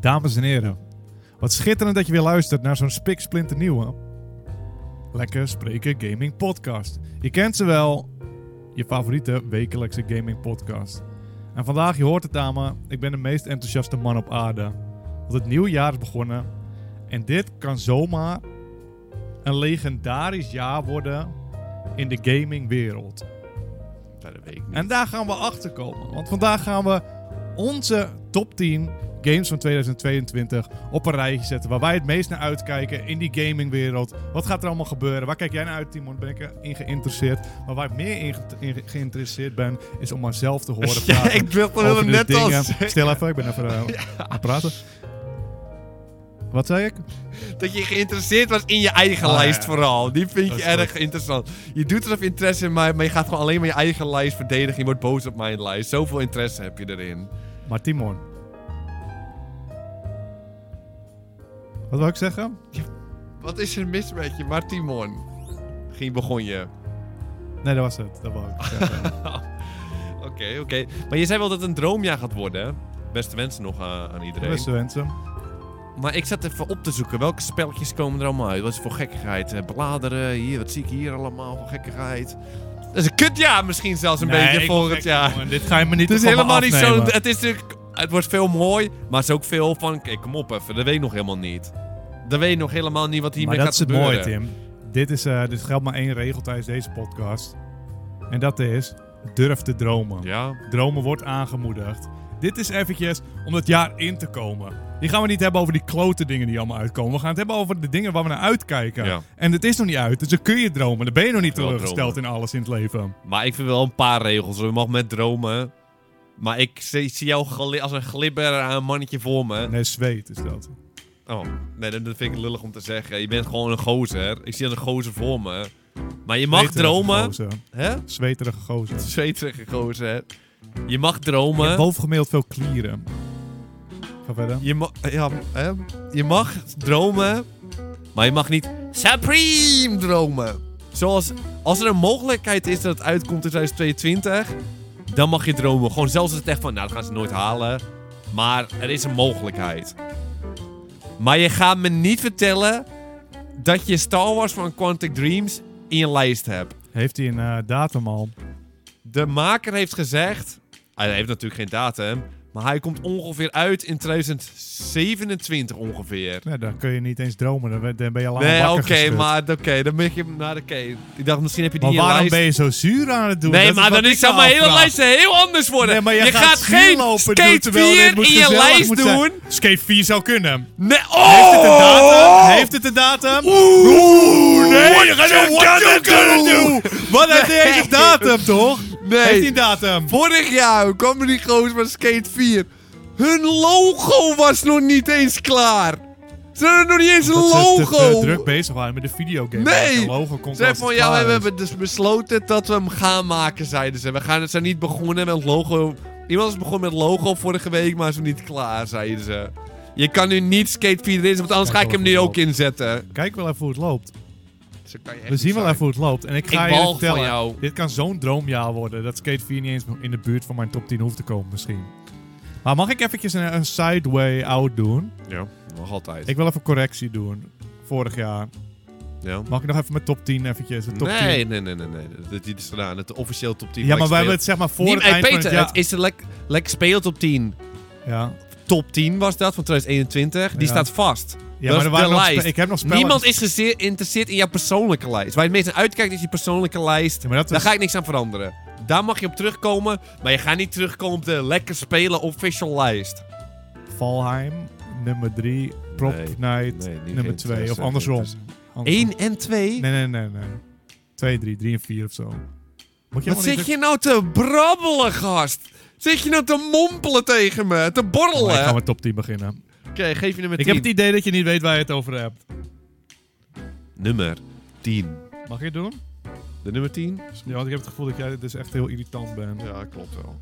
Dames en heren, wat schitterend dat je weer luistert naar zo'n spiksplinternieuwe Lekker Spreken Gaming Podcast. Je kent ze wel, je favoriete wekelijkse gaming podcast. En vandaag, je hoort het aan me, ik ben de meest enthousiaste man op aarde. Want het nieuwe jaar is begonnen en dit kan zomaar een legendarisch jaar worden in de gamingwereld. Dat weet ik niet. En daar gaan we achter komen, want vandaag gaan we onze top 10 games van 2022 op een rijtje zetten. Waar wij het meest naar uitkijken in die gamingwereld. Wat gaat er allemaal gebeuren? Waar kijk jij naar uit, Timon? Ben ik erin geïnteresseerd? Maar waar ik meer in geïnteresseerd ben, is om mezelf te horen praten. Ja, ik wilde over het de net dingen. al Stil even, ik ben even aan het praten. Wat zei ik? dat je geïnteresseerd was in je eigen lijst vooral. Die vind Dat je is erg goed. interessant. Je doet alsof je interesse in mij, maar je gaat gewoon alleen maar je eigen lijst verdedigen. Je wordt boos op mijn lijst. Zoveel interesse heb je erin. Maar Timon. Wat wil ik zeggen? Wat is er mis met je? Maar Timon. Begon je. Nee, dat was het. Dat wou ik zeggen. Oké. Maar je zei wel dat het een droomjaar gaat worden. Beste wensen nog aan iedereen. Beste wensen. Maar ik zat even op te zoeken. Welke spelletjes komen er allemaal uit? Wat is voor gekkigheid? Bladeren, hier, wat zie ik hier allemaal voor gekkigheid? Dat is een kutjaar misschien zelfs een beetje volgend jaar. Jongen, dit ga je me niet Het is van me helemaal niet zo. afnemen. Het is natuurlijk. Het wordt veel mooi, maar het is ook veel van. Kijk, kom op even. Dat weet je nog helemaal niet. Dat weet je nog helemaal niet wat hiermee Maar gaat dat is het gebeuren. mooie, Tim. Dit geldt maar één regel tijdens deze podcast. En dat is, durf te dromen. Ja. Dromen wordt aangemoedigd. Dit is eventjes om het jaar in te komen. Hier gaan we niet hebben over die klote dingen die allemaal uitkomen. We gaan het hebben over de dingen waar we naar uitkijken. Ja. En het is nog niet uit, dus dan kun je dromen. Dan ben je nog niet Wel teleurgesteld dromen. in alles in het leven. Maar ik vind wel een paar regels. Je mag met dromen. Maar ik zie jou als een glibber mannetje voor me. Nee, zweet is dat. Oh, nee, dat vind ik lullig om te zeggen. Je bent gewoon een gozer. Ik zie als een gozer voor me. Maar je mag Zweterige dromen. gozer. Hè? Zweterige gozer. Zweterige gozer. Je mag Je dromen. hebt bovengemiddeld veel klieren. Ga verder. Je mag dromen. Maar je mag niet supreme dromen. Zoals, als er een mogelijkheid is dat het uitkomt in 2022... dan mag je dromen. Gewoon zelfs als het echt van, nou, dat gaan ze nooit halen. Maar er is een mogelijkheid. Maar je gaat me niet vertellen dat je Star Wars van Quantic Dreams in je lijst hebt. Heeft hij een datum al? De maker heeft gezegd... Hij heeft natuurlijk geen datum. Maar hij komt ongeveer uit in 2027 ongeveer. Nee, dan kun je niet eens dromen. Dan ben je al lang Nee, wakker oké, geschud. maar dan ben je... Nou, oké. Ik dacht, misschien heb je die Maar in je waarom lijst. ben je zo zuur aan het doen? Nee, Dat maar wat dan ik zou me mijn hele afvraag. lijst heel anders worden. Nee, maar je jij gaat zuur geen lopen doen, Skate terwijl dit 4 moet in je gezellig lijst moet zijn. doen. Skate 4 zou kunnen. Nee, Heeft het een oh! datum? Heeft het een datum? Oeh, nee, what je gaat you gonna do? Wat heeft hij een datum, toch? Nee. Heeft hij een datum? Vorig jaar kwam die gozer van Skate 4. Hun logo was nog niet eens klaar. Ze hadden nog niet eens een Dat ze logo. te druk bezig waren met de videogame. Nee. Een logo komt Ze als van, het ja, klaar we is. hebben dus besloten dat we hem gaan maken, zeiden ze. We zijn niet begonnen met het logo. Iemand is begonnen met het logo vorige week, maar is nog niet klaar, zeiden ze. Je kan nu niet Skate 4 erin, want anders Kijk ga ik hem wel nu even ook inzetten. Kijk wel even hoe het loopt. Zo kan je echt We zien wel zijn. even hoe het loopt. En ik ga Ik je walg van vertellen, jou. dit kan zo'n droomjaar worden. Dat Skate 4 niet eens in de buurt van mijn top 10 hoeft te komen misschien. Maar mag ik eventjes een sideway out doen? Ja, nog altijd. Ik wil even correctie doen. Vorig jaar. Ja. Mag ik nog even mijn top 10 eventjes? De top 10? Nee. Dat is gedaan. Het officieel top 10. Ja, maar wij hebben het zeg maar voor het Hey, eind van Peter, het jaar... het is de lekker speel top 10. Ja, Top 10 was dat van 2021. Die Ja. staat vast. ja Dat maar is er waren de nog lijst. ik heb nog spellen... Niemand is geïnteresseerd in jouw persoonlijke lijst. Waar je het meest naar uitkijkt is je persoonlijke lijst. Ja, maar dat Daar is- ga ik niks aan veranderen. Daar mag je op terugkomen. Maar je gaat niet terugkomen op de lekker spelen official lijst. Valheim, nummer 3. Prop Nee, Night, nee, niet nummer 2. Of andersom. 1 en 2? Nee. 2, 3, 3 en 4 of zo. Moet je Wat helemaal zit je nou te brabbelen, gast? Zit je nou te mompelen tegen me? Te niet... borrelen? Ik ga met top 10 beginnen. Oké, geef je nummer 10. Ik heb het idee dat je niet weet waar je het over hebt. Nummer 10. Mag je het doen? De nummer 10? Ja, want ik heb het gevoel dat jij dus echt heel irritant bent. Ja, klopt wel.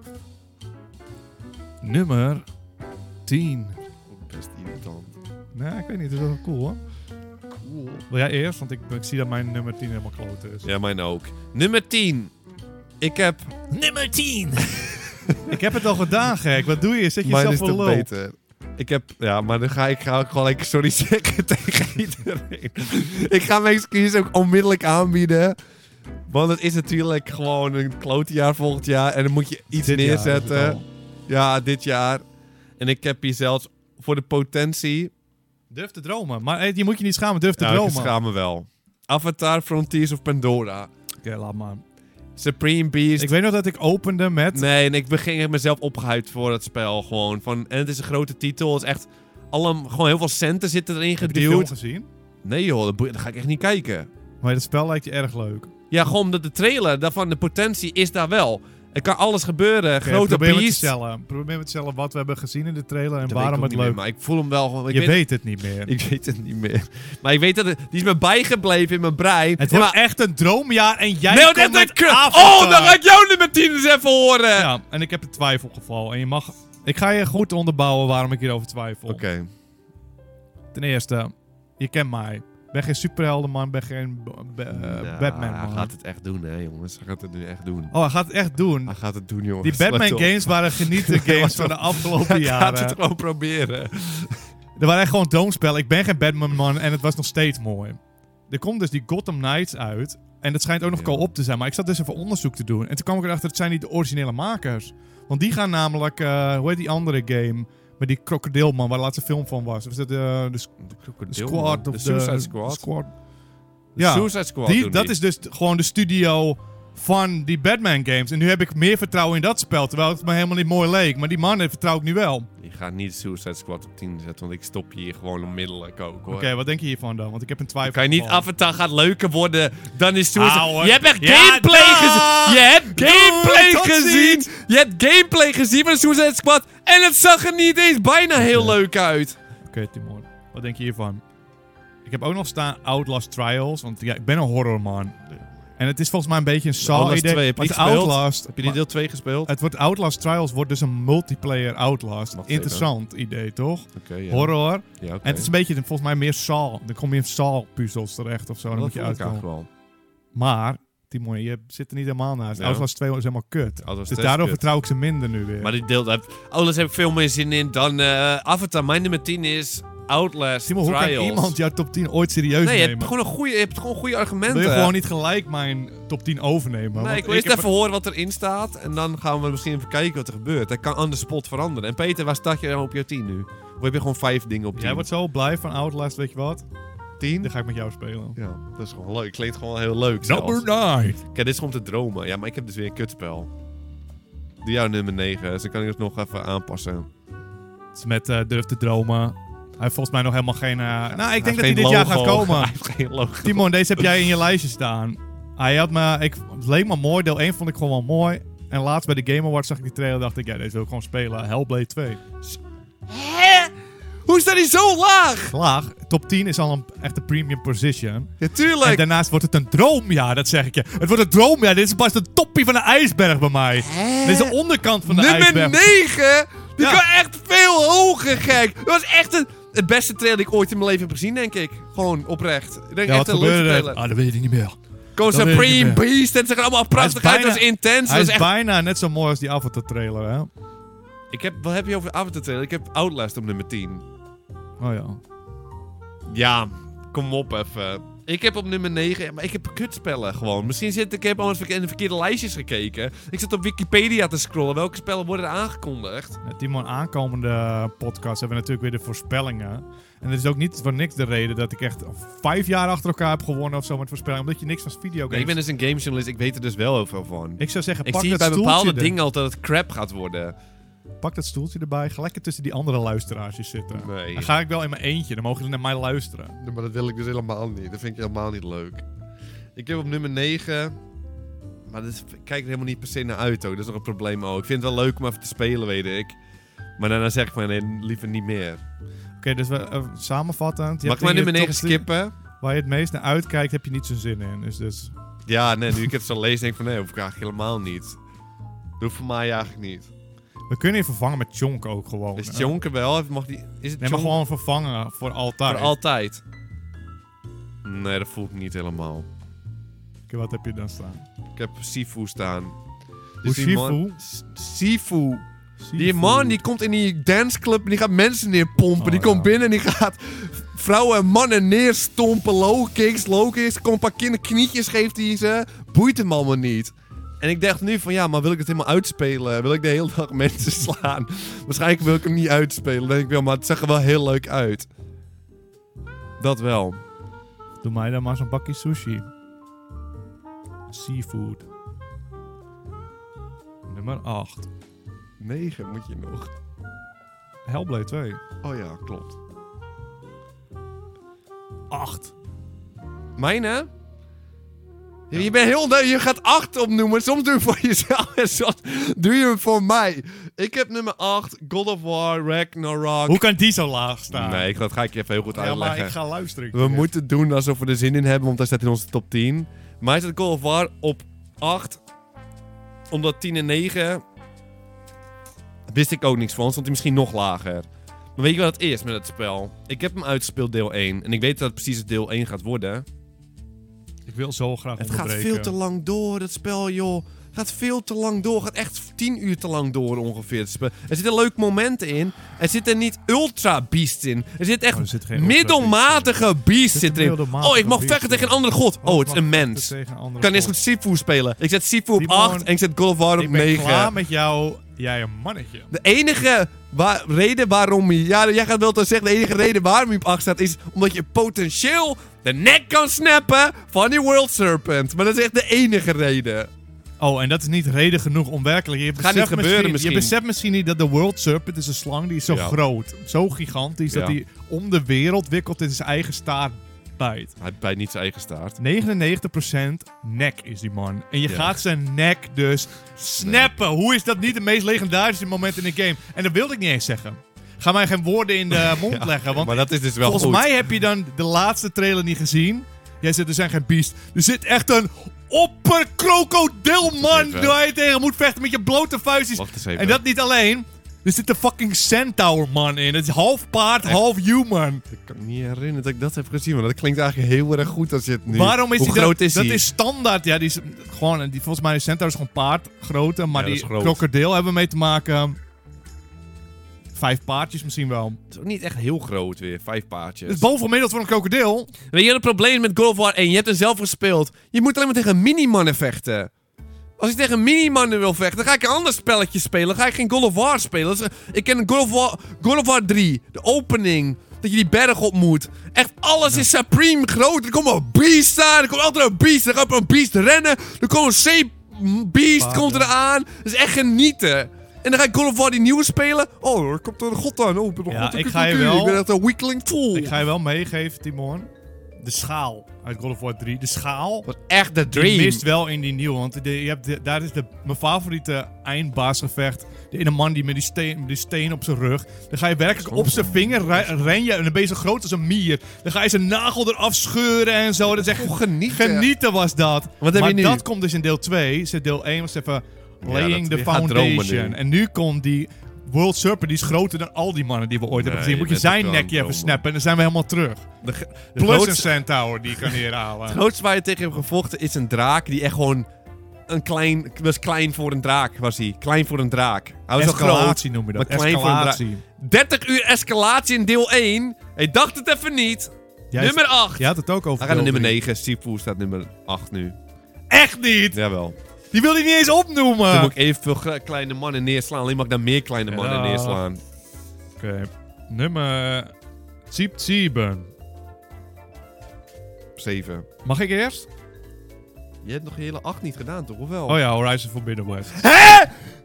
Nummer 10. Best irritant. Nee, ik weet niet. Het is wel cool, hoor. Cool. Wil jij eerst? Want ik zie dat mijn nummer 10 helemaal klote is. Ja, mijn ook. Nummer 10. Ik heb... Nummer 10! Ik heb het al gedaan, gek. Wat doe je? Zet Mijn jezelf is voor toch lul. beter. Maar dan ga ik ook gelijk sorry zeggen tegen iedereen. Ik ga mijn excuses ook onmiddellijk aanbieden. Want het is natuurlijk gewoon een klote jaar volgend jaar. En dan moet je iets Dit jaar neerzetten. is het al. Ja, dit jaar. En ik heb hier zelfs voor de potentie... Durf te dromen. Maar je moet je niet schamen, durf te Ja, dromen. ik schaam me wel. Avatar, Frontiers of Pandora. Oké, laat maar. Supreme Beast. Ik weet nog dat ik opende met... Nee, en ik begin mezelf opgehyped voor het spel gewoon. En het is een grote titel. Het is echt... Gewoon heel veel centen zitten erin Heb je die film geduwd. gezien? Nee joh, dat ga ik echt niet kijken. Maar het spel lijkt je erg leuk. Ja, gewoon omdat de trailer daarvan, de potentie is daar wel. Er kan alles gebeuren. Oké, Grote probeer beast. me te stellen wat we hebben gezien in de trailer en Dat waarom weet het ik ook leuk niet meer, maar ik voel hem wel gewoon. Je weet het niet meer. Ik weet het niet meer. Maar ik weet dat die is me bijgebleven in mijn brein. Het Ja, wordt maar- echt een droomjaar en jij Nee, komt net met een Avatar. Oh, dan ga ik jou nummer 10 eens even horen. Ja, en ik heb een twijfelgeval. En je mag... Ik ga je goed onderbouwen waarom ik hierover twijfel. Oké. Ten eerste, je kent mij. Ik ben geen superheldenman, ben geen Batman Hij man. gaat het echt doen, hè, jongens. Hij gaat het nu echt doen. Oh, hij gaat het echt doen. Hij gaat het doen, jongens. Die Batman Let op. games waren genieten games Let van de op. afgelopen Hij gaat jaren. het gewoon proberen. Er waren echt gewoon droomspellen. Ik ben geen Batman man en het was nog steeds mooi. Er komt dus die Gotham Knights uit. En dat schijnt ook nog Ja. co-op te zijn. Maar ik zat dus even onderzoek te doen. En toen kwam ik erachter, het zijn niet de originele makers. Want die gaan namelijk, hoe heet die andere game? Met die krokodilman, waar de laatste film van was. Of is dat de Squad? Of De Suicide Squad. De Ja, Suicide Squad doen dat die. is dus gewoon de studio van die Batman games. En nu heb ik meer vertrouwen in dat spel. Terwijl het me helemaal niet mooi leek. Maar die man vertrouw ik nu wel. Je gaat niet Suicide Squad op 10 zetten, want ik stop je hier gewoon onmiddellijk ook, hoor. Oké, wat denk je hiervan dan? Want ik heb een twijfel. Kan je niet Avatar gaat leuker worden dan is Suicide... Ouwe. Je hebt echt Ja, gameplay da! gezien! Je hebt gameplay tot gezien! ziens! Je hebt gameplay gezien van Suicide Squad en het zag er niet eens bijna heel leuk uit. Oké, Timon. Wat denk je hiervan? Ik heb ook nog staan Outlast Trials. Want ja, ik ben een horrorman. En het is volgens mij een beetje een Outlast Saw-idee. 2, heb je Maar die het gespeeld? Outlast... Heb je die deel 2 gespeeld? Het wordt Outlast Trials wordt dus een multiplayer Outlast. Wacht Interessant idee, toch? Oké, ja. Horror. Ja, oké. En het is een beetje volgens mij meer Saw. Dan kom je in Saw-puzzels terecht of zo. Dan dat moet je voel ik uitkomen. eigenlijk wel. Maar, Timon, je zit er niet helemaal naast. Ja. Outlast 2 is helemaal kut. Outlast Dus 2 is daardoor kut. vertrouw ik ze minder nu weer. Maar die deel... Outlast heb ik veel meer zin in dan Avatar. Mijn nummer 10 is Outlast Timon, hoe kan Trials. iemand jouw top 10 ooit serieus Nee, je nemen? hebt gewoon goede argumenten. Wil je gewoon niet gelijk mijn top 10 overnemen? Nee, Want ik wil eerst heb even horen wat erin staat. En dan gaan we misschien even kijken wat er gebeurt. Hij kan on the spot veranderen. En Peter, waar staat je dan op je 10 nu? Of heb je gewoon 5 dingen op 10? Jij wordt zo blij van Outlast, weet je wat? 10? Dan ga ik met jou spelen. Ja, dat is gewoon leuk. Klinkt gewoon heel leuk Number zelfs. 9. Kijk, dit is gewoon te dromen. Ja, maar ik heb dus weer een kutspel. Doe jou nummer 9, dus dan kan ik het nog even aanpassen. Het is met Durf te dromen. Hij heeft volgens mij nog helemaal geen... ik denk dat hij heeft dit geen jaar gaat logo. komen. Hij heeft geen logo. Timon, deze heb jij in je lijstje staan. Het leek me mooi. Deel 1 vond ik gewoon wel mooi. En laatst bij de Game Awards zag ik die trailer en dacht ik, ja, deze wil ik gewoon spelen. Hellblade 2. Hè? Hoe staat hij zo laag? Laag. Top 10 is al een echte premium position. Ja, tuurlijk. En daarnaast wordt het een droomjaar, dat zeg ik je. Het wordt een droomjaar. Dit is pas de toppie van de ijsberg bij mij. Dit is de onderkant van de Nummer ijsberg. 9? Die Ja. kan echt veel hoger, gek. Dat was echt het beste trailer die ik ooit in mijn leven heb gezien, denk ik. Gewoon oprecht. Ik denk Ja, echt wat een leuke gebeurde er? trailer. Dat weet ik niet meer. Gewoon dat weet ik Supreme niet meer. Beast. En het zag er allemaal prachtig uit. Het was intens. Hij Het is was echt... bijna net zo mooi als die Avatar trailer, hè? Wat heb je over de Avatar trailer? Ik heb Outlast op nummer 10. Oh ja. Ja, kom op even. Ik heb op nummer 9, maar ik heb kutspellen gewoon. Misschien ik heb al in de verkeerde lijstjes gekeken. Ik zat op Wikipedia te scrollen. Welke spellen worden er aangekondigd? Timon, aankomende podcast hebben we natuurlijk weer de voorspellingen. En het is ook niet voor niks de reden dat ik echt 5 jaar achter elkaar heb gewonnen of zo met voorspellingen. Omdat je niks van videogames... Nee, ik ben dus een gamejournalist. Ik weet er dus wel heel veel van. Ik zou zeggen, Ik pak zie dat bij stoeltje bepaalde er- dingen al dat het crap gaat worden. Pak dat stoeltje erbij. Ga lekker tussen die andere luisteraars zitten. Nee. Dan ga ik wel in mijn eentje. Dan mogen ze naar mij luisteren. Maar dat wil ik dus helemaal niet. Dat vind ik helemaal niet leuk. Ik heb op nummer 9... Maar ik kijk er helemaal niet per se naar uit ook. Dat is nog een probleem ook. Ik vind het wel leuk om even te spelen, weet ik. Maar daarna zeg ik van nee, liever niet meer. Oké, dus we samenvattend. Je Mag ik hebt maar in je nummer 9 top 10 skippen? Waar je het meest naar uitkijkt, heb je niet zo'n zin in. Dus Ja, nee, nu ik het zo lees, denk ik van nee, hoef ik eigenlijk helemaal niet. Dat hoeft voor mij eigenlijk niet. we kunnen je vervangen met Chonk ook gewoon. Is hè? Jonker wel? Is het Nee, maar Chonk gewoon vervangen voor altijd. voor altijd? Nee, dat voel ik niet helemaal. Oké, wat heb je dan staan? Ik heb Sifu staan. Hoe die man- Sifu? Sifu. Die man die komt in die danceclub en die gaat mensen neerpompen. Die komt binnen en die gaat vrouwen en mannen neerstompen. Low kicks. Komt een paar kinderknietjes, geeft hij ze. Boeit hem allemaal niet. En ik dacht nu van ja, maar wil ik het helemaal uitspelen? Wil ik de hele dag mensen slaan? Waarschijnlijk wil ik hem niet uitspelen. Dan denk ik wel, maar het zag er wel heel leuk uit. Dat wel. Doe mij dan maar zo'n bakje sushi. Seafood. Nummer 8. 9 moet je nog. Hellblade 2. Oh ja, klopt. 8. Mijne? Ja. Je bent heel je gaat 8 opnoemen. Soms doe je voor jezelf en soms doe je hem voor mij. Ik heb nummer 8, God of War, Ragnarok. Hoe kan die zo laag staan? Nee, dat ga ik je even heel goed uitleggen. Ja, maar ik ga luisteren. We moeten doen alsof we er zin in hebben, want hij staat in onze top 10. Maar hij staat God of War op 8. Omdat 10 en 9... wist ik ook niks van, stond hij misschien nog lager. Maar weet je wat het is met het spel? Ik heb hem uitgespeeld deel 1. En ik weet dat het precies deel 1 gaat worden. Ik wil zo graag Het onderbreken. gaat veel te lang door, dat spel, joh. Het gaat veel te lang door. Het gaat echt 10 uur te lang door ongeveer. Het spel. Er zitten leuke momenten in. Er zitten niet ultra beasts in. Er zit echt middelmatige beasts erin. Oh, ik mag vechten tegen een andere god. Oh, het is een mens. Ik kan eerst goed Sifu spelen. Ik zet Sifu op 8 en ik zet God of War op 9. Ik ben klaar met jou. Jij een mannetje. De enige reden waarom je... Ja, jij gaat wel te zeggen, de enige reden waarom je op 8 staat is omdat je potentieel de nek kan snappen van die World Serpent. Maar dat is echt de enige reden. Oh, en dat is niet reden genoeg om werkelijk... Gaat niet gebeuren misschien. Je beseft misschien niet dat de World Serpent is een slang die is zo groot. Zo gigantisch dat hij om de wereld wikkelt in zijn eigen staart bijt. Hij bijt niet zijn eigen staart. 99% nek is die man. En je gaat zijn nek dus snappen. Nee. Hoe is dat niet het meest legendarische moment in de game? En dat wilde ik niet eens zeggen. Ga mij geen woorden in de mond leggen. Want maar dat is dus wel volgens mij heb je dan de laatste trailer niet gezien. Jij zegt, er zijn geen beasts. Er zit echt een opperkrokodilman waar je tegen moet vechten met je blote vuistjes. Wacht eens even. En dat niet alleen. Er zit een fucking centaur man in. Het is half paard, half human. Ik kan me niet herinneren dat ik dat heb gezien, maar dat klinkt eigenlijk heel erg goed als je het nu... Waarom is Hoe groot is dat? hij? Dat is standaard. Ja, die is gewoon... volgens mij is centaur is gewoon paardgrootte. Maar ja, die krokodil hebben we mee te maken... 5 paardjes misschien wel. Het is ook niet echt heel groot weer, 5 paardjes. Het is bovenmiddeld voor een krokodil. Weet je wat het probleem met God of War 1? Je hebt er zelf gespeeld. Je moet alleen maar tegen minimannen vechten. Als ik tegen minimannen wil vechten, dan ga ik een ander spelletje spelen. Dan ga ik geen God of War spelen. Dus, ik ken God of War 3. De opening. Dat je die berg op moet. Echt, alles is supreme groot. Er komt een beast aan. Er komt altijd een beast. Dan gaat een beast rennen. Er komt een shape beast komt eraan. Dat is echt genieten. En dan ga ik God of War die nieuwe spelen. Oh, er komt een god aan. Oh, ik ben een god. Ik ga je wel... Ik ben echt een weakling fool. Ik ga je wel meegeven, Timon. De schaal uit God of War 3. De schaal. Wat echt de dream. Die mist wel in die nieuwe. Want daar is mijn favoriete eindbaasgevecht. De ene man die met die steen op zijn rug. Dan ga je werkelijk op zijn vinger ren je. En dan ben je zo groot als een mier. Dan ga je zijn nagel eraf scheuren en zo. Dat is echt genieten was dat. Wat heb je nu? Dat komt dus in deel 2. Deel 1 was even laying the foundation. En nu komt die... World Serpent, die is groter dan al die mannen die we ooit hebben gezien. Moet je zijn nekje even snappen en dan zijn we helemaal terug. Plus een centaur die kan neerhalen. Het grootste waar je tegen hebt gevochten is een draak die echt gewoon was klein voor een draak, was hij. Klein voor een draak. Hij was escalatie noem je dat. Maar klein escalatie. Voor een 30 uur escalatie in deel 1. Hij dacht het even niet. Nummer 8. Je had het ook over. Hij gaat naar nummer 9. Sifu staat nummer 8 nu. Echt niet? Jawel. Die wil hij niet eens opnoemen. Dan moet ik evenveel kleine mannen neerslaan. Alleen mag ik dan meer kleine mannen neerslaan. Oké. Nummer 7. 7. Mag ik eerst? Je hebt nog je hele 8 niet gedaan, toch? Of wel? Oh ja, Horizon Forbidden West. Hè?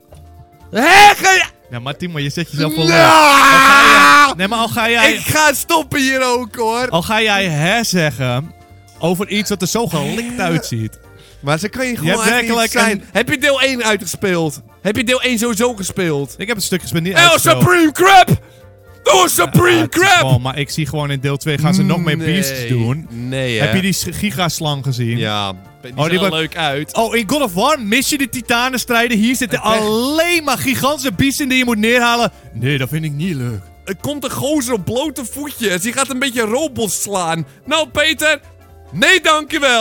Ja, maar Timo, je zet jezelf vol weg. Nee, maar al ga jij... Ik ga stoppen hier ook, hoor. Al ga jij zeggen over iets wat er zo gelikt uitziet. Maar ze kan je gewoon eigenlijk zijn. Heb je deel 1 uitgespeeld? Heb je deel 1 sowieso gespeeld? Ik heb een stukje gespeeld niet uitgespeeld. Supreme Crap! Oh, Supreme Crap! Gewoon, maar ik zie gewoon in deel 2 gaan ze nog meer beasts doen. Nee, hè? Heb je die gigaslang gezien? Ja, die ziet er leuk uit. Oh, in God of War mis je de titanenstrijden. Hier zitten alleen maar gigantische beasts in die je moet neerhalen. Nee, dat vind ik niet leuk. Er komt een gozer op blote voetjes. Die gaat een beetje robots slaan. Nou, Peter. Nee, dankjewel.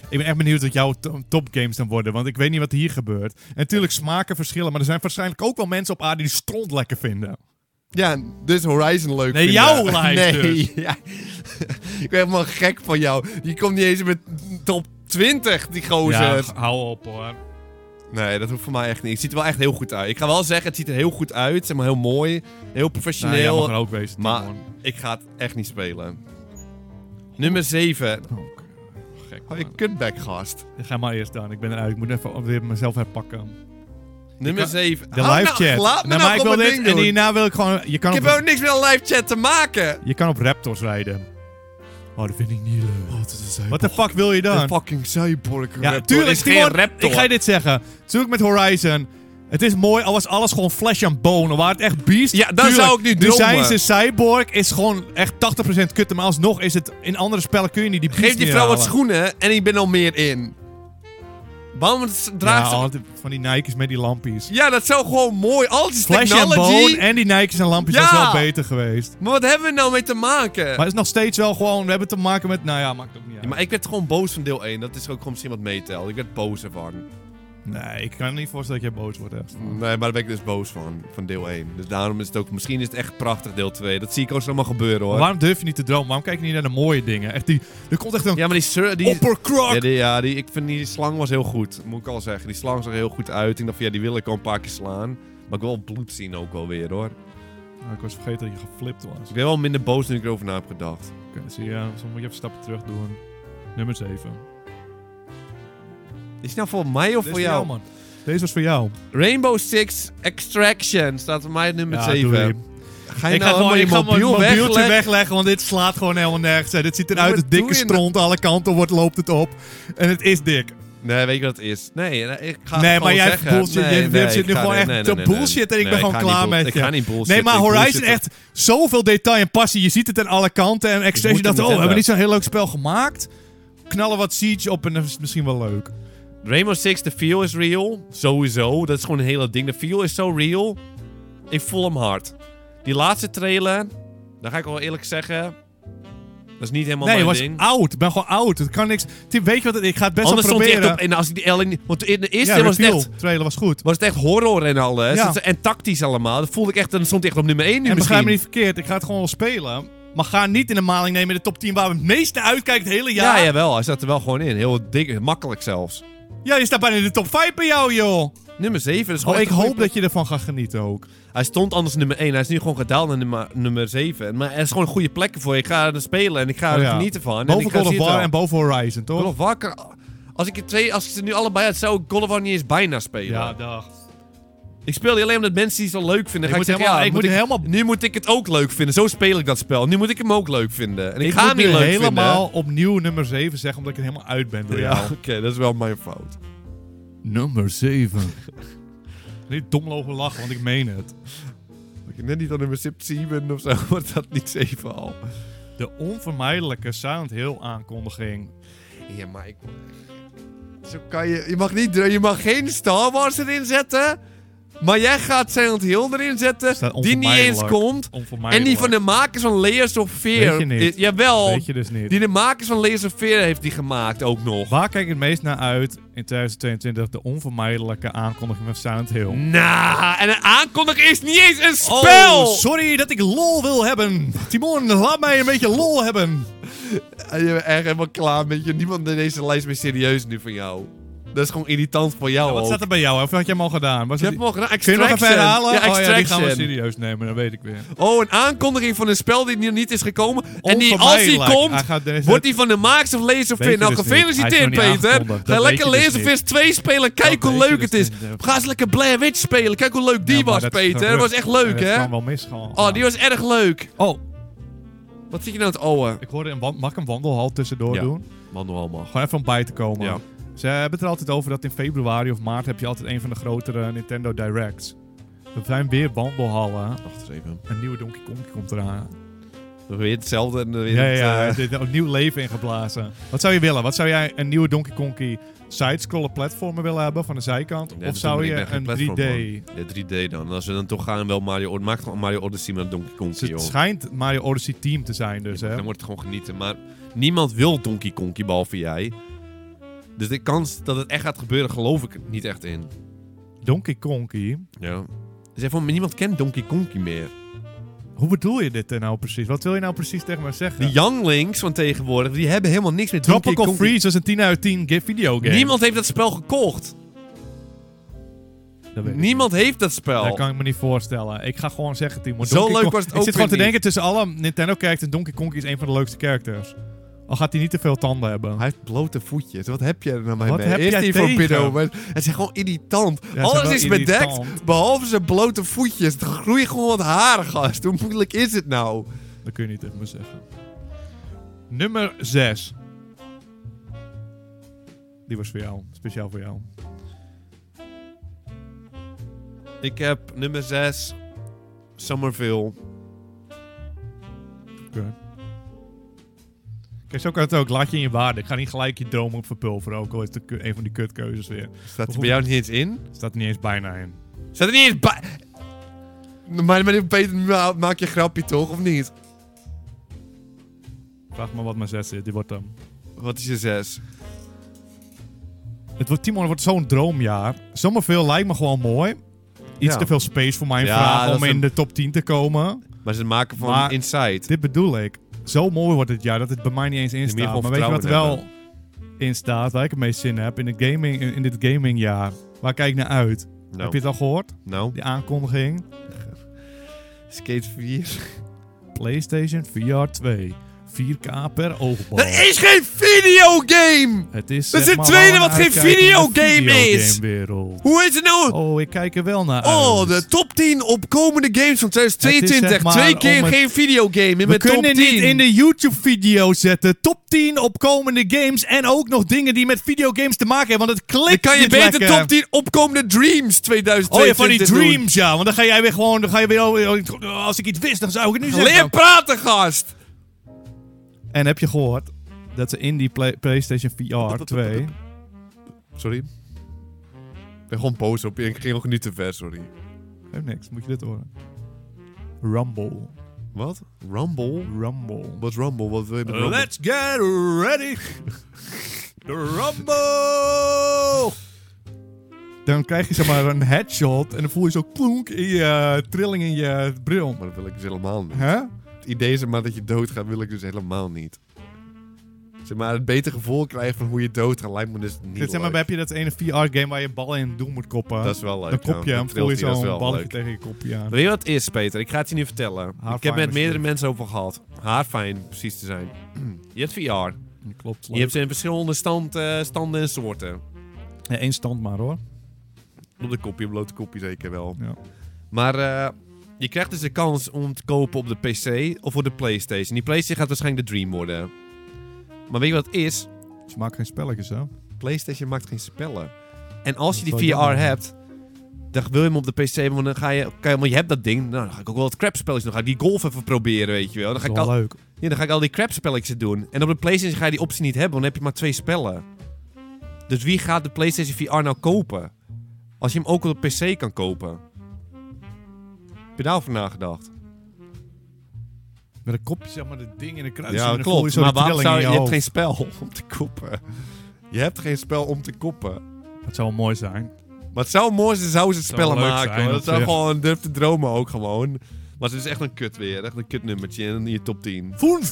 Ik ben echt benieuwd wat jouw topgames dan worden. Want ik weet niet wat hier gebeurt. En natuurlijk smaken verschillen. Maar er zijn waarschijnlijk ook wel mensen op aarde die stront lekker vinden. Ja, dus Horizon leuk vinden. Jouw lijst dus. Ja. Ik ben helemaal gek van jou. Je komt niet eens met top 20, die gozer. Ja, hou op hoor. Nee, dat hoeft voor mij echt niet. Het ziet er wel echt heel goed uit. Ik ga wel zeggen, het ziet er heel goed uit. Zeg maar heel mooi. Heel professioneel. Nou, jij mag er ook wezen. Maar Timon. ik ga het echt niet spelen. Nummer 7. Gek, Hou je man. kutback, gast. Ga maar eerst dan. Ik ben eruit. Ik moet even weer mezelf herpakken. Nummer 7. De live chat. Laat me Nou, nou maar ik wil gewoon mijn dit. ding En doen. hierna wil ik gewoon... Je kan Ik op, heb ook niks met een live chat te maken. je kan op Raptors rijden. Oh, dat vind ik niet leuk. Oh, dat is een Wat de fuck wil je dan? Een fucking Cyborg Ja, Raptor. tuurlijk. is geen Timon, Raptor. ik ga je dit zeggen. Natuurlijk met Horizon. Het is mooi, al was alles gewoon flesh and bone. Waar het echt beast. Ja, dan Tuurlijk, zou ik nu nu dromen. zijn ze Cyborg, is gewoon echt 80% kut. Maar alsnog is het... In andere spellen kun je niet die beast Geef die meer vrouw wat halen. schoenen en ik ben al meer in. Waarom draagt Ja, ze... altijd van die Nike's met die lampjes. Ja, dat zou gewoon mooi. Alles is Flash and technology. bone en die Nike's en lampjes Ja! was wel beter geweest. Maar wat hebben we nou mee te maken? Maar het is nog steeds wel gewoon... We hebben te maken met... Nou ja, maakt ook niet uit. Ja, maar ik werd gewoon boos van deel 1. Dat is ook gewoon misschien wat meetelt. Ik werd boos ervan. Nee, ik kan me niet voorstellen dat jij boos wordt. Echt. Nee, maar daar ben ik dus boos van deel 1. Dus daarom is het ook... Misschien is het echt prachtig deel 2. Dat zie ik ook zo allemaal gebeuren, hoor. Maar waarom durf je niet te dromen? Waarom kijk je niet naar de mooie dingen? Echt die... Er komt echt een Ja, maar die opperkrok. ik vind die slang was heel goed. Moet ik al zeggen. Die slang zag er heel goed uit. Ik dacht van, ja, die wil ik al een paar keer slaan. Maar ik wil wel bloed zien ook wel weer, hoor. Nou, ik was vergeten dat je geflipt was. Ik ben wel minder boos nu ik erover na heb gedacht. Oké, zie je. Zo moet je even stappen terug doen. Nummer 7. Is het nou voor mij of Deze voor jou? man. Deze was voor jou. Rainbow Six Extraction staat voor mij nummer Ja, 7. doe je. Ga je Ik ga nou gewoon helemaal je mobiel mobieltje wegleggen? wegleggen, want dit slaat gewoon helemaal nergens. Dit ziet eruit Wat als dikke doe je nou? stront. Alle kanten loopt het op. En het is dik. Nee, weet je wat het is? Nee, ik ga Nee, het maar gewoon jij zeggen. bullshit. Je zit nu gewoon echt te bullshit en ik ben gewoon klaar met je. Ik ga niet bullshit. Nee, maar ik Horizon bullshit. echt zoveel detail en passie. Je ziet het aan alle kanten. En Extraction moet dacht, hem we hebben. hebben niet zo'n heel leuk spel gemaakt. Knallen wat Siege op en dat is misschien wel leuk. Rainbow Six, de feel is real. Sowieso. Dat is gewoon een hele ding. De feel is zo real. Ik voel hem hard. Die laatste trailer, daar ga ik wel eerlijk zeggen, dat is niet helemaal Nee, het mijn was ding. oud. Ik ben gewoon oud. Het kan niks. Tim, weet je wat het is? Ik ga het best Anders wel stond hij proberen. echt op... En als die Ellen, want in de eerste Ja, was het reveal. echt... Trailer was goed. Was het echt horror en alles. Ja. En tactisch allemaal. Dat voelde ik echt... Dan stond hij echt op nummer 1 nu En begrijp me misschien. niet verkeerd. Ik ga het gewoon wel spelen. Maar ga niet in de maling nemen in de top 10 waar we het meest naar uitkijken het hele jaar. Ja, jawel. Hij staat er wel gewoon in. Heel dik, makkelijk zelfs. Ja, je staat bijna in de top 5 bij jou, joh. Nummer 7. Dat is Oh, gewoon ik echt een hoop goeie dat je ervan gaat genieten ook. Hij stond anders nummer 1. Hij is nu gewoon gedaald naar nummer 7. Maar er is gewoon een goede plek voor. Ik ga er spelen en ik ga Oh, er ja. genieten van. En Boven ik ga God of zien het War wel. en boven Horizon, toch? God of War kan- Als ik ze nu allebei had, zou ik God of War niet eens bijna spelen. Ja, dag. Ik speel die alleen omdat mensen die het zo leuk vinden. Ik Ga moet ik zeggen, helemaal- ja, ik moet helemaal- nu moet ik het ook leuk vinden. Zo speel ik dat spel. Nu moet ik hem ook leuk vinden. En ik ga moet hem niet nu leuk helemaal vinden. opnieuw nummer 7 zeggen, omdat ik er helemaal uit ben door Ja, jou. oké, dat is wel mijn fout. Nummer 7. Niet dom lopen lachen, want ik meen het. Als ik net niet aan nummer 7 ben of zo, wordt dat niet 7 al. De onvermijdelijke Silent Hill aankondiging. Ja, maar ik... Zo kan je... Je mag geen Star Wars erin zetten. Maar jij gaat Silent Hill erin zetten. Staat Die niet eens onvermijdelijk. komt. Onvermijdelijk. En die van de makers van Layers of Fear. Weet je niet. Jawel. Weet je dus niet. Die de makers van Layers of Fear heeft die gemaakt ook nog. Waar kijk ik het meest naar uit in 2022? De onvermijdelijke aankondiging van Silent Hill. Nou, en een aankondiging is niet eens een spel! Oh, sorry dat ik lol wil hebben. Timon, laat mij een beetje lol hebben. Je bent echt helemaal klaar met je. Niemand in deze lijst meer serieus nu van jou. Dat is gewoon irritant voor jou Wat ook. staat er bij jou? Of had jij hem al gedaan? Was Je het hebt hem al gedaan. Kun je nog even herhalen? Ja, Oh ja, die gaan we Extraction. serieus nemen, dat weet ik weer. Oh, een aankondiging van een spel die nog niet is gekomen. En die, als die Onvermijdelijk. komt, Hij gaat deze- wordt die van de makers of Layers of Weet Fear. je Nou, dus niet. Hij gefeliciteerd, is nog niet Peter. aangekondigd. Dat Ga weet lekker je dus Layers of niet. Fear 2 spelen. Kijk Dat hoe weet je leuk het dus is. niet. Ga eens lekker Blair Witch spelen. Kijk hoe leuk die Ja, maar was, dat is Peter. Dat gerucht. was echt leuk, En dat hè? kan wel misgaan. Oh, die was erg leuk. Oh, Wat zit je nou te owen? ik hoorde mag ik een wandelhal tussendoor Ja. doen? Manuel mag. Gewoon even om bij te komen. Ja. Ze hebben het er altijd over dat in februari of maart heb je altijd een van de grotere Nintendo Directs. Er zijn weer wandelhallen. Wacht eens even. Een nieuwe Donkey Kong komt eraan. Weer hetzelfde en weer Ja, het, ja, er is een nieuw leven ingeblazen. Wat zou je willen? Wat zou jij een nieuwe Donkey Kong side-scroller platformer willen hebben van de zijkant? Ja, of dat zou ik je ben geen een 3D... platformer. Ja, 3D dan. En als we dan toch gaan, wel Mario Odyssey. Maak gewoon Mario Odyssey met Donkey Kong, Het joh. schijnt Mario Odyssey Team te zijn dus, hè? Dan wordt het gewoon genieten. Maar niemand wil Donkey Kong, behalve jij. Dus de kans dat het echt gaat gebeuren, geloof ik niet echt in. Donkey Konkie. Ja. Dus niemand kent Donkey Konkie meer. Hoe bedoel je dit nou precies? Wat wil je nou precies tegen me zeggen? De younglings van tegenwoordig, die hebben helemaal niks met Donkey Tropical Konkie. Freeze is een 10 uit 10 videogame. Niemand heeft dat spel gekocht. Dat weet ik Niemand heeft dat spel. Dat kan ik me niet voorstellen. Ik ga gewoon zeggen, Timo. Zo Donkey leuk Kong- was het Ik ook zit weer gewoon te niet. denken tussen alle Nintendo-characters. Donkey Kong is een van de leukste characters. Al gaat hij niet te veel tanden hebben. Hij heeft blote voetjes. Wat heb je er nou mee? Wat heb Eerst jij die voor tegen? Piddo, maar het is gewoon irritant. Ja, Alles wel is bedekt, irritant. behalve zijn blote voetjes. Er groeien gewoon wat haren, gast. Hoe moeilijk is het nou? Dat kun je niet tegen me zeggen. Nummer 6. Die was voor jou. Speciaal voor jou. Ik heb nummer 6, Somerville. Oké. Kijk, zo kan het ook. Laat je in je waarde. Ik ga niet gelijk je droom op verpulveren. Ook al is het een van die kutkeuzes weer. Staat er bij jou niet eens in? Staat er niet eens bijna in. Staat er niet eens bij... Maar Peter, maak je een grapje toch, of niet? Vraag me wat mijn 6 is. Die wordt hem. Wat is je 6? Timon, het wordt zo'n droomjaar. Zomerveel lijkt me gewoon mooi. Iets Ja. te veel space voor mijn Ja, vraag dat om is in een- de top 10 te komen. Maar ze maken van Maar- Inside. Dit bedoel ik. Zo mooi wordt het jaar dat het bij mij niet eens in Je moet staat. gewoon Maar weet je wat er vertrouwen wel in staat, waar ik het meest zin in heb? In dit gamingjaar. Waar kijk ik naar uit? Nou. Heb je het al gehoord? Nou, Die aankondiging. Skate 4. PlayStation VR 2. 4K per oogbal. Dat is geen videogame! Het is, Dat is zeg het maar, tweede wel een wat geen uitkijk in de videogame is. videogamewereld. Hoe is het nou? Oh, ik kijk er wel naar Oh, uit. de top 10 opkomende games van Het is, 2022. zeg maar, 2 keer om het- geen videogame in We mijn top 10. kunnen niet in de YouTube-video zetten. Top 10 opkomende games. En ook nog dingen die met videogames te maken hebben. Want het Dan klikt kan je niet beter lekker. top 10 opkomende Dreams 2022 Oh ja, van die doen. dreams, ja. Want dan ga jij weer gewoon... Dan ga je weer, als ik iets wist, dan zou ik het nu Leer zeggen. praten, gast! En heb je gehoord dat ze in die PlayStation VR 2... Sorry. Ik ben gewoon boos op je. Ik ging nog niet te ver, sorry. Heeft niks, moet je dit horen. Rumble. Wat? Rumble? Rumble. Wat is Rumble? Wat wil je met Rumble? Let's get ready. The Rumble. Dan krijg je zeg maar een headshot en dan voel je zo klonk in je trilling in je bril. Maar dat wil ik dus helemaal niet. Hè? Het idee is maar dat je doodgaat, wil ik dus helemaal niet. Zeg maar, het beter gevoel krijgen van hoe je doodgaat lijkt me dus niet Dit, zeg maar, leuk. heb je dat ene VR-game waar je ballen in het doel moet koppen. Dat is wel leuk. Dan kop je ja. hem, Dat voel je trilt hij, dat is zo'n wel balletje leuk. tegen je kopje aan. Weet je wat het is, Peter? Ik ga het je nu vertellen. Ik heb Haarfijn, met meerdere alsjeblieft. mensen over gehad. Haarfijn, precies te zijn. Je hebt VR. Klopt. Je hebt ze in verschillende standen en soorten. Eén stand maar hoor. Op de kopje, blote kopje zeker wel. Ja. Maar je krijgt dus de kans om te kopen op de PC of voor de PlayStation. Die PlayStation gaat waarschijnlijk de Dream worden. Maar weet je wat het is? Ze maken geen spelletjes hè. PlayStation maakt geen spellen. En als je Dat die is VR wel jammer. hebt, dan wil je hem op de PC hebben, want dan want je hebt dat ding. Nou, dan ga ik ook wel wat crap spelletjes doen. Dan ga ik die golf even proberen, weet je wel. Dan ga Dat ik is wel al, leuk. ja, dan ga ik al die crap spelletjes doen. En op de PlayStation ga je die optie niet hebben, want dan heb je maar 2 spellen. Dus wie gaat de PlayStation VR nou kopen? Als je hem ook op de PC kan kopen. Heb je daarover nagedacht? Met een kopje zeg maar de ding in de kruis. Ja, en dan voel je klopt. zo Maar de waarom trilling zou in je... Je je hebt geen hoofd. spel om te koppen. Je hebt geen spel om te koppen. Dat zou wel mooi zijn. Maar het zou mooi zijn, zouden ze Zou spellen wel leuk maken. zijn, hoor. op Dat zou zich. gewoon durf te dromen ook gewoon. Maar het is echt een kut weer. Echt een kut nummertje in je top 10. Voenf!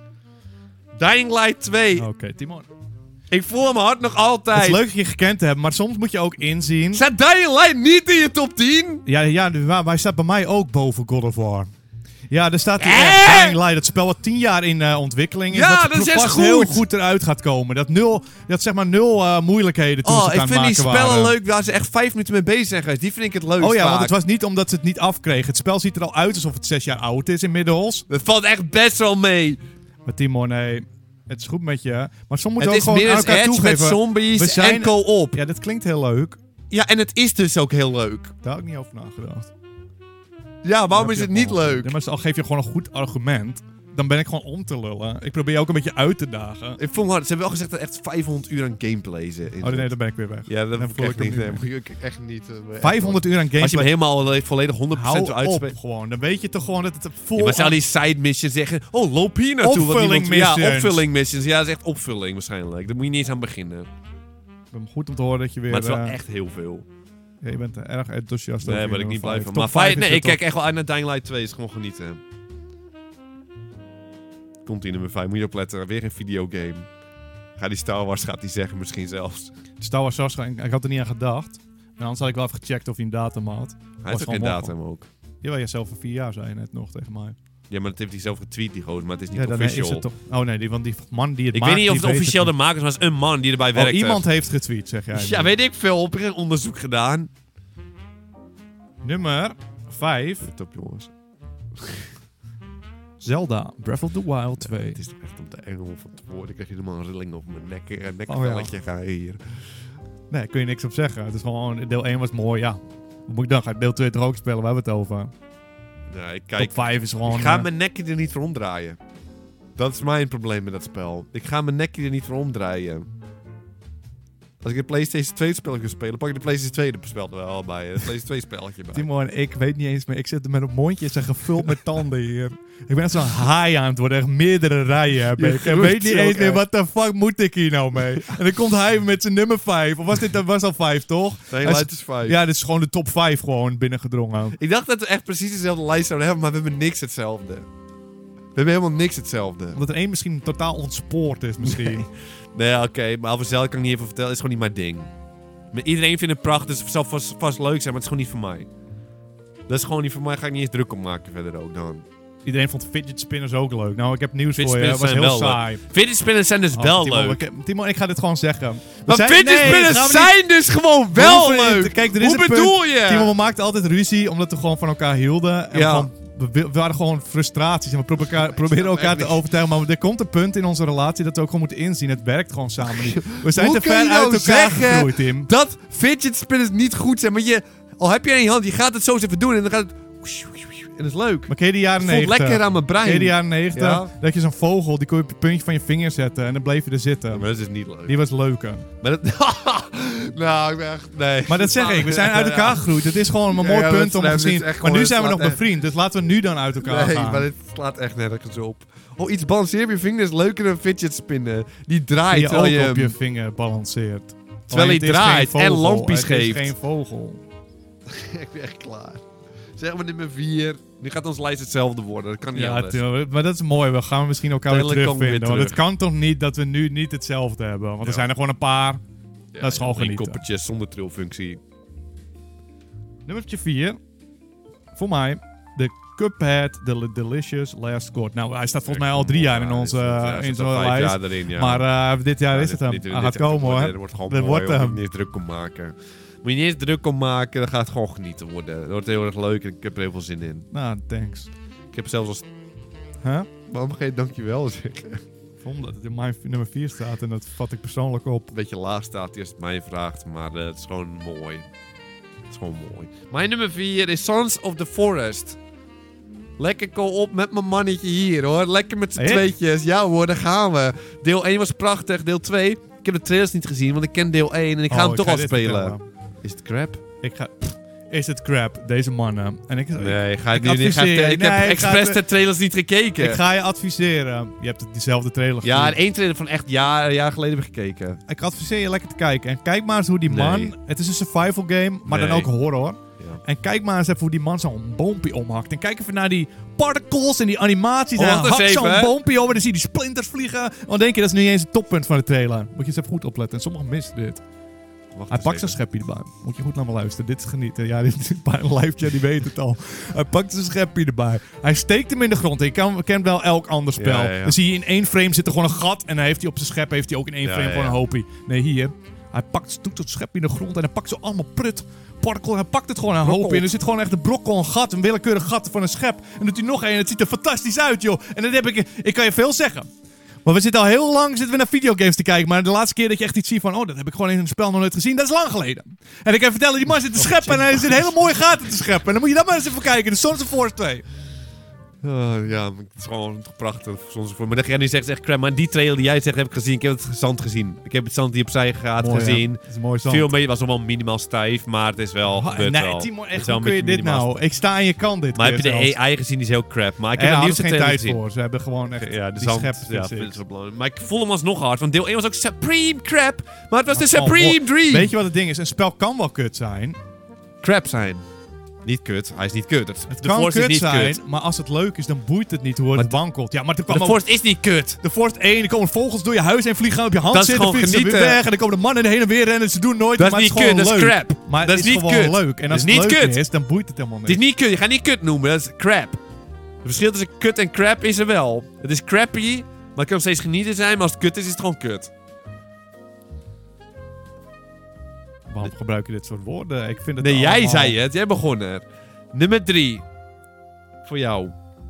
Dying Light 2. Oké, Timon. Ik voel hem hard nog Het is altijd. leuk dat je gekend hebt, maar soms moet je ook inzien... Staat Dying Light niet in je top 10? Ja, maar hij staat bij mij ook boven God of War. Ja, er staat Dying Light, dat spel wat 10 jaar in ontwikkeling is. Ja, wat dat is echt pas goed. heel goed eruit gaat komen. Dat zeg maar 0 moeilijkheden toen ze Oh, het ik aan vind het die maken spellen waren. leuk waar ze echt 5 minuten mee bezig zijn geweest. Die vind ik het leukst Oh ja, want vaak. het was niet omdat ze het niet afkregen. Het spel ziet er al uit alsof het 6 jaar oud is inmiddels. Dat valt echt best wel mee. Maar Timon, nee, het is goed met je. Maar soms moeten Het we is ook gewoon meer aan als elkaar Edge met toegeven. zombies we zijn- en co-op. Ja, dat klinkt heel leuk. Ja, en het is dus ook heel leuk. Daar had ik niet over nagedacht. Ja, waarom Dan is heb het je niet gewoon- leuk? Ja, maar al geef je gewoon een goed argument. Dan ben ik gewoon om te lullen. Ik probeer je ook een beetje uit te dagen. Ik vond hard. Ze hebben wel gezegd dat er echt 500 uur aan gameplay zit. Oh nee, dan ben ik weer weg. Ja, dat Dan voel voel ik ik hem niet. niet Nee, meer. moet ik echt niet. 500 uur aan Als je gameplay. hem helemaal volledig 100% Hou uitspeelt. op gewoon. Dan weet je toch gewoon dat het vol... Ja, maar zou die side missions zeggen... Oh, loop hier naartoe. Opvulling Ja, missions. opvulling missions. Ja, dat is echt opvulling waarschijnlijk. Daar moet je niet eens aan beginnen. Goed om te horen dat je weer... Maar het is wel echt heel veel. Ja, je bent erg enthousiast Nee, over ben je ik niet nummer blij van. vijf. Maar Top 5 5, nee, is ik de kijk echt wel uit naar Dying Light 2. Is gewoon genieten. Komt die nummer 5. Moet je opletten. Weer een videogame. Ga die Star Wars, gaat die zeggen misschien zelfs. Star Wars zelfs, ik had er niet aan gedacht. En anders had ik wel even gecheckt of hij een datum had. Hij heeft ook geen datum ook. Jawel, jij zelf voor 4 jaar zei je net nog tegen mij. Ja, maar dat heeft hij zelf getweet, die gozer. Maar het is niet Ja, dan official. is het toch... Oh nee, want die man die het Ik maakt... weet niet of die het weet officieel de niet. makers was. Het was een man die erbij werkte. iemand heeft getweet, zeg jij. Ja, weet ik veel. Op een onderzoek gedaan. Nummer 5. Top, jongens. Zelda, Breath of the Wild 2. Het is toch echt op de engel van het woord. Ik krijg helemaal een rilling op mijn nek. Een Oh, nekvelletje ga hier. Nee, kun je niks op zeggen. Het is gewoon... Deel 1 was mooi, ja. Wat moet ik dan? Ga ik deel 2 toch ook spelen? Waar hebben we het over? Ja, ik Top kijk... 5 is gewoon... Ik ga mijn nekje er niet voor omdraaien. Dat is mijn probleem met dat spel. Ik ga mijn nekje er niet voor omdraaien. Als ik de PlayStation 2 spel wil spelen, pak ik de PlayStation 2 spel er wel bij. Het PlayStation 2 spelletje bij. Timo en ik weet niet eens meer. Ik zit er met op mondjes en gevuld met tanden hier. Ik ben echt zo'n haai aan het worden. Echt meerdere rijen heb ik. En weet niet eens meer wat de fuck moet ik hier nou mee. En dan komt hij met zijn nummer 5. Of was dit was al 5 toch? Nee, het is 5. Ja, dit is gewoon de top 5 gewoon binnengedrongen. Ik dacht dat we echt precies dezelfde lijst zouden hebben, maar we hebben niks hetzelfde. We hebben helemaal niks hetzelfde. Omdat er één misschien totaal ontspoord is misschien. Nee, oké, maar over Zelda kan ik niet even vertellen. Het is gewoon niet mijn ding. Maar iedereen vindt het prachtig, dus het zal vast leuk zijn, maar het is gewoon niet voor mij. Dat is gewoon niet voor mij, ga ik niet eens druk op maken verder ook dan. Iedereen vond fidget spinners ook leuk. Nou, ik heb nieuws Fidget voor je. Het was spinners heel zijn wel saai. Fidget spinners zijn dus wel Timo, leuk. Timo, ik ga dit gewoon zeggen. Maar fidget spinners zijn dus gewoon wel leuk! Kijk, er is Hoe een bedoel punt. je? Timo, we maakten altijd ruzie omdat we gewoon van elkaar hielden. En Ja. we waren gewoon frustraties en we proberen elkaar te overtuigen. Maar er komt een punt in onze relatie dat we ook gewoon moeten inzien. Het werkt gewoon samen niet. We zijn Hoe te kan ver je nou uit elkaar zeggen gegroeid, Tim. dat fidget spinners niet goed zijn, maar al heb je er in je hand, je gaat het zo eens even doen en dan gaat het... En dat is leuk. Maar ken je de jaren Het voelt 90? lekker aan mijn brein. Ken je de jaren 90? Ja. Dat je zo'n vogel, die kon je op je puntje van je vinger zetten en dan bleef je er zitten. Ja, maar dat is niet leuk. Die was leuker. Maar dat... nou, ik ben echt... Nee. Maar dat zeg ik, we zijn uit elkaar gegroeid. Het is gewoon een Ja, mooi ja, punt dat om te is zien. echt Maar gewoon- nu het zijn we nog slaat echt- bevriend, dus laten we nu dan uit elkaar Nee, gaan. maar dit slaat echt nergens op. Oh, iets balanceer op je vinger is leuker dan fidget spinnen. Die draait Die je terwijl ook je... op je vinger balanceert. Terwijl Alleen hij het is geen draait en vogel. lampjes Het is geeft. geen vogel. Ik ben echt klaar. Zeg maar nummer 4. Nu gaat onze lijst hetzelfde worden. Dat kan niet Ja, anders. Timo, maar dat is mooi. We gaan misschien elkaar weer Uiteindelijk terugvinden. komen we Want weer het kan toch niet dat we nu niet hetzelfde hebben. Want er Ja. zijn er gewoon een paar. Ja, dat is gewoon 3 genieten. koppertjes zonder trilfunctie. Nummertje 4. Voor mij. De Cuphead, The Delicious Last Chord. Nou, hij staat volgens mij al 3 jaar in onze lijst. Jaar erin, ja. Maar dit jaar Ja, is het hem. dit- Hij dit- gaat dit- komen hoor. Dat wordt gewoon Dat mooi. wordt Moet hem. je niet eens druk om maken. Moet je niet eens druk om maken. Dan gaat het gewoon genieten worden. Dat wordt heel erg leuk en ik heb er heel veel zin in. Nou, thanks. Ik heb zelfs als... Huh? Waarom ga je dankjewel zeggen? Omdat het in mijn nummer 4 staat en dat vat ik persoonlijk op. Een beetje laag staat als het mij vraagt, maar het is gewoon mooi. Het is gewoon mooi. Mijn nummer 4 is Sons of the Forest. Lekker co-op met mijn mannetje hier hoor. Lekker met z'n Echt? tweetjes. Ja hoor, daar gaan we. Deel 1 was prachtig, deel 2... Ik heb de trailers niet gezien, want ik ken deel 1 en ik ga hem toch al spelen. Is het crap? Is het crap, deze mannen? En ik Ik heb expres de trailers niet gekeken. Ik ga je adviseren. Je hebt diezelfde trailer gezien. Ja, en 1 trailer van echt een jaar geleden heb ik gekeken. Ik adviseer je lekker te kijken. En kijk maar eens hoe die man... Nee. Het is een survival game, maar dan Nee. ook horror. Ja. En kijk maar eens even hoe die man zo'n boompje omhakt. En kijk even naar die particles en die animaties. Oh, en wacht hij eens hakt even, zo'n hè. boompje om en dan zie je die splinters vliegen. Dan denk je, dat is niet eens het toppunt van de trailer. Moet je eens even goed opletten. En sommigen missen dit. Wacht Hij eens pakt zijn even. schepje erbij. Moet je goed naar me luisteren. Dit is genieten. Ja, dit is een live, die weet het al. Hij pakt zijn schepje erbij. Hij steekt hem in de grond. Je kent wel elk ander spel. Ja, ja, ja. Dan zie je in 1 frame zit er gewoon een gat. En dan heeft hij op zijn schep heeft hij ook in 1 Ja, frame ja, gewoon ja. een hoopie. Nee, hier. Hij doet het schepje in de grond. En hij pakt zo allemaal prut. Particle. Hij pakt het gewoon een Brokkel. hoopje. En er zit gewoon echt een brokkel, een gat. Een willekeurig gat van een schep. En doet hij nog één. Het ziet er fantastisch uit, joh. En dan heb ik kan je veel zeggen. Maar we zitten al heel lang naar videogames te kijken. Maar de laatste keer dat je echt iets ziet van... Oh, dat heb ik gewoon in een spel nog nooit gezien. Dat is lang geleden. En ik kan je vertellen, die man zit te scheppen. En hij zit hele mooie gaten te scheppen. En dan moet je dat maar eens even kijken. De Sons of Forest 2. Ja, het is gewoon prachtig. Maar dat jij nu zegt echt crap. Maar die trailer die jij zegt heb ik gezien. Ik heb het zand gezien. Ik heb het zand die opzij gaat Mooi, gezien. Ja. Het is mooi zand. Veel mee was nog wel minimaal stijf. Maar het is wel... Nee, wel. Timon, Het is echt, wel hoe kun je dit minimaal nou? Ik sta aan je kant dit Maar keer heb je de zelfs. AI gezien? Die is heel crap. Maar ik Ja, heb de daar nieuwste hadden trailer geen tijd gezien. voor. Ze hebben gewoon echt Ja, de die zand. schep Ja, fixen. dat is wel belangrijk. Maar ik voel hem alsnog hard. Want deel 1 was ook Supreme crap. Maar het was de Maar Supreme Dream. Weet je wat het ding is? Een spel kan wel kut zijn. Crap zijn. Niet kut. Hij is niet kut. Het de kan Force kut is niet zijn, kut. maar als het leuk is, dan boeit het niet hoe het wankelt. Ja, maar er Maar kwam de ook... Force is niet kut. De Force 1, er komen vogels door je huis heen vliegen, gaan op je hand Dat is zitten, gewoon vliegen ze weer genieten. weg. En dan komen de mannen heen en weer rennen, ze doen nooit. Dat is maar niet het is kut. gewoon Dat is leuk. crap. Maar Dat het is is niet gewoon kut. leuk. En Dat als is het niet leuk kut. is, dan boeit het helemaal Het is niks. niet kut. Je gaat niet kut noemen. Dat is crap. Het verschil tussen kut en crap is er wel. Het is crappy, maar het kan nog steeds genieten zijn. Maar als het kut is, is het gewoon kut. Waarom gebruik je dit soort woorden? Ik vind het Nee, jij allemaal... zei het. Jij begon er. Nummer 3. Voor jou.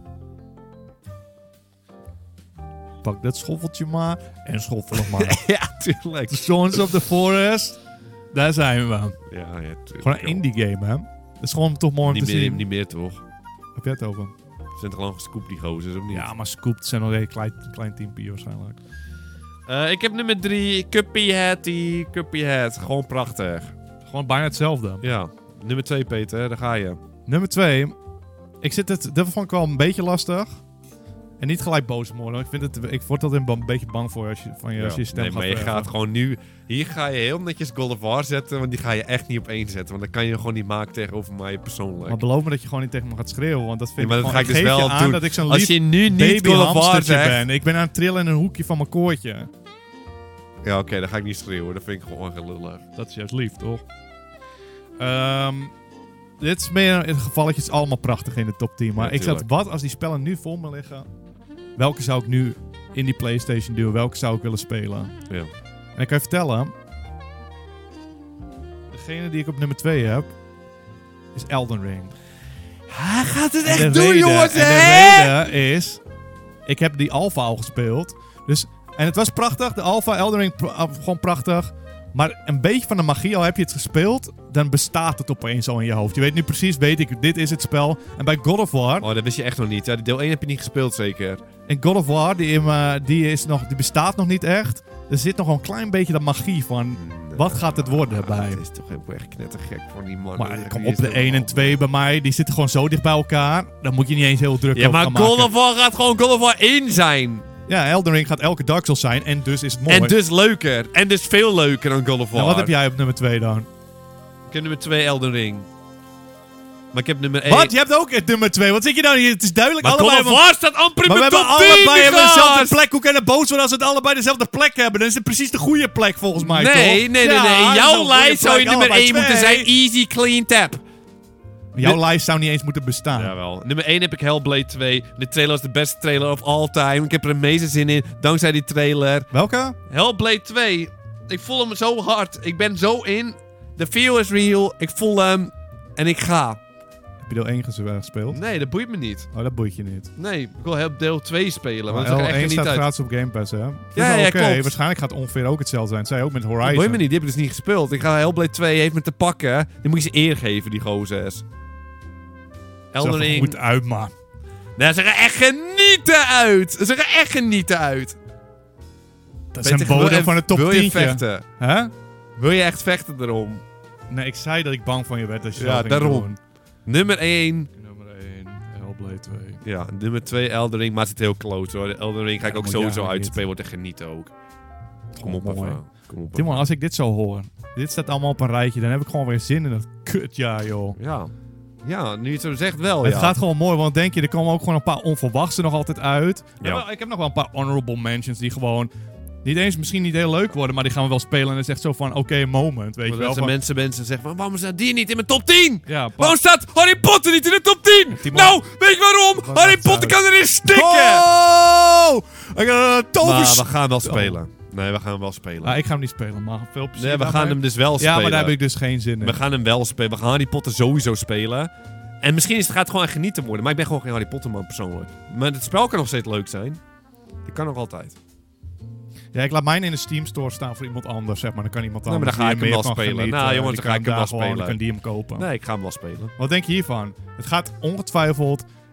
Pak dat schoffeltje maar en schoffel nog maar. Ja, tuurlijk. The Sons of the Forest. Daar zijn we. Ja, tuurlijk. Gewoon een indie game, hè? Dat is gewoon toch mooi om te zien. Niet meer toch? Heb jij het over? Ze zijn toch lang gescoopt die gozers, of niet? Ja, maar Scooped zijn nog een klein teampje waarschijnlijk. Ik heb nummer 3. Cuphead. Gewoon prachtig. Gewoon bijna hetzelfde. Ja. Nummer 2, Peter. Daar ga je. Nummer 2. Dat vond ik wel een beetje lastig. En niet gelijk boos worden. Ik word altijd een beetje bang voor als je stem nee, gaat maar je verheffen. gaat gewoon nu... Hier ga je heel netjes God of War zetten, want die ga je echt niet op 1 zetten. Want dan kan je gewoon niet maken tegenover mij persoonlijk. Maar beloof me dat je gewoon niet tegen me gaat schreeuwen. Want dat vind Ja, maar ik dat gewoon... ga ik dus geef wel je aan doen. dat ik zo'n Als lief je nu niet baby God of War hamstertje zegt... ben. Ik ben aan het trillen in een hoekje van mijn koortje. Ja, oké, dan ga ik niet schreeuwen. Dat vind ik gewoon gelullig. Dat is juist lief, toch? Dit is meer het gevalletje. Het is allemaal prachtig in de top 10. Maar Ja, ik zat, tuurlijk. wat als die spellen nu voor me liggen? Welke zou ik nu in die PlayStation duwen? Welke zou ik willen spelen? Ja. En ik kan je vertellen... Degene die ik op nummer 2 heb... is Elden Ring. Hij gaat het En echt de doen, reden- jongens, En de hè? reden is... Ik heb die alpha al gespeeld. Dus, en het was prachtig. De alpha Elden Ring gewoon prachtig. Maar een beetje van de magie, al heb je het gespeeld... dan bestaat het opeens al in je hoofd. Je weet nu precies, dit is het spel. En bij God of War... Oh, dat wist je echt nog niet. Ja, die deel 1 heb je niet gespeeld, zeker. En God of War, die bestaat nog niet echt. Er zit nog een klein beetje dat magie van... Wat gaat het worden bij? Het is toch heel erg knettergek voor die man. Maar kom op, de 1 en 2 bij mij, die zitten gewoon zo dicht bij elkaar. Dan moet je niet eens heel druk Ja, over maar gaan God maken. of War gaat gewoon God of War 1 zijn. Ja, Elden Ring gaat elke Dark Souls zijn en dus is het mooi. En dus leuker. En dus veel leuker dan God of War. Nou, wat heb jij op nummer 2 dan? Ik heb nummer 2 Elden Ring. Maar ik heb nummer 1... Wat? Je hebt ook het nummer 2. Wat zit je nou hier? Het is duidelijk Maar allebei... God of War staat amper in maar we mijn hebben top 10, allebei hebben dezelfde gast! plek. Hoe kan het boos worden als we het allebei dezelfde plek hebben? Dan is het precies de goede plek volgens mij, toch? Nee. In Ja, dat is jouw een lijst zou goede je nummer plek, 1 allebei moeten zijn. twee. Easy, clean tap. Jouw lijst zou niet eens moeten bestaan. Jawel. Nummer 1 heb ik Hellblade 2. De trailer was de beste trailer of all time. Ik heb er een meeste zin in, dankzij die trailer. Welke? Hellblade 2. Ik voel hem zo hard. Ik ben zo in. De feel is real. Ik voel hem. En ik ga. Heb je deel 1 gespeeld? Nee, dat boeit me niet. Oh, dat boeit je niet. Nee, ik wil deel 2 spelen. Maar Want dat zag er L1 echt niet staat uit. gratis op Game Pass, hè? Dat is Ja, wel ja, oké. klopt. Waarschijnlijk gaat het ongeveer ook hetzelfde zijn. Zij ook met Horizon. Dat boeit me niet. Die heb ik dus niet gespeeld. Ik ga Hellblade 2 heeft me te pakken. Die moet je ze eer geven, die gozers. Elden Zag er Ring. goed uit, man. Nee, ze gaan echt genieten uit. Ze gaan echt genieten uit. Dat is een bodem van het top 10. Wil je vechten? Hè? Wil je echt vechten erom? Nee, ik zei dat ik bang van je werd als je Ja, zo ging daarom. doen. Nummer 1. Nummer 1, Hellblade 2. Ja, nummer 2 Elden Ring. Maar het zit heel close hoor. De Elden Ring ga ik Ja, ook moet sowieso jij uitspelen. Wordt echt genieten ook. Kom op mooi. even. Kom op Timon, even. als ik dit zo hoor. Dit staat allemaal op een rijtje. Dan heb ik gewoon weer zin in dat kutjaar, joh. Ja. Ja, nu je het zo zegt wel, Het ja. gaat gewoon mooi, want denk je, er komen ook gewoon een paar onverwachte nog altijd uit. Ja. Ik heb nog wel een paar honorable mentions die gewoon niet eens misschien niet heel leuk worden, maar die gaan we wel spelen en het is echt zo van, oké, moment, weet je wel. Dat Van, mensen zeggen van, waarom staat die niet in mijn top 10? ja, Waarom staat Harry Potter niet in de top 10? Timon. Nou, weet je waarom? Wat Harry maakt Potter het kan erin stikken! Oh! Ik ga een tovers... Maar we gaan wel spelen. Nee, we gaan hem wel spelen. Ah, ik ga hem niet spelen, maar veel plezier Nee, we gaan daarbij. hem dus wel spelen. Ja, maar daar heb ik dus geen zin in. We gaan hem wel spelen. We gaan Harry Potter sowieso spelen. En misschien gaat het gewoon echt genieten worden. Maar ik ben gewoon geen Harry Potter man persoonlijk. Maar het spel kan nog steeds leuk zijn. Dat kan nog altijd. Ja, ik laat mijn in de Steam Store staan voor iemand anders, zeg maar. Dan kan iemand Nou, anders maar dan ga die ik er hem meer wel van spelen. genieten. Nou, jongens, Die dan ga kan ik hem daar wel gewoon, spelen. Dan kan die hem kopen. Nee, ik ga hem wel spelen. Wat denk je hiervan? Het gaat ongetwijfeld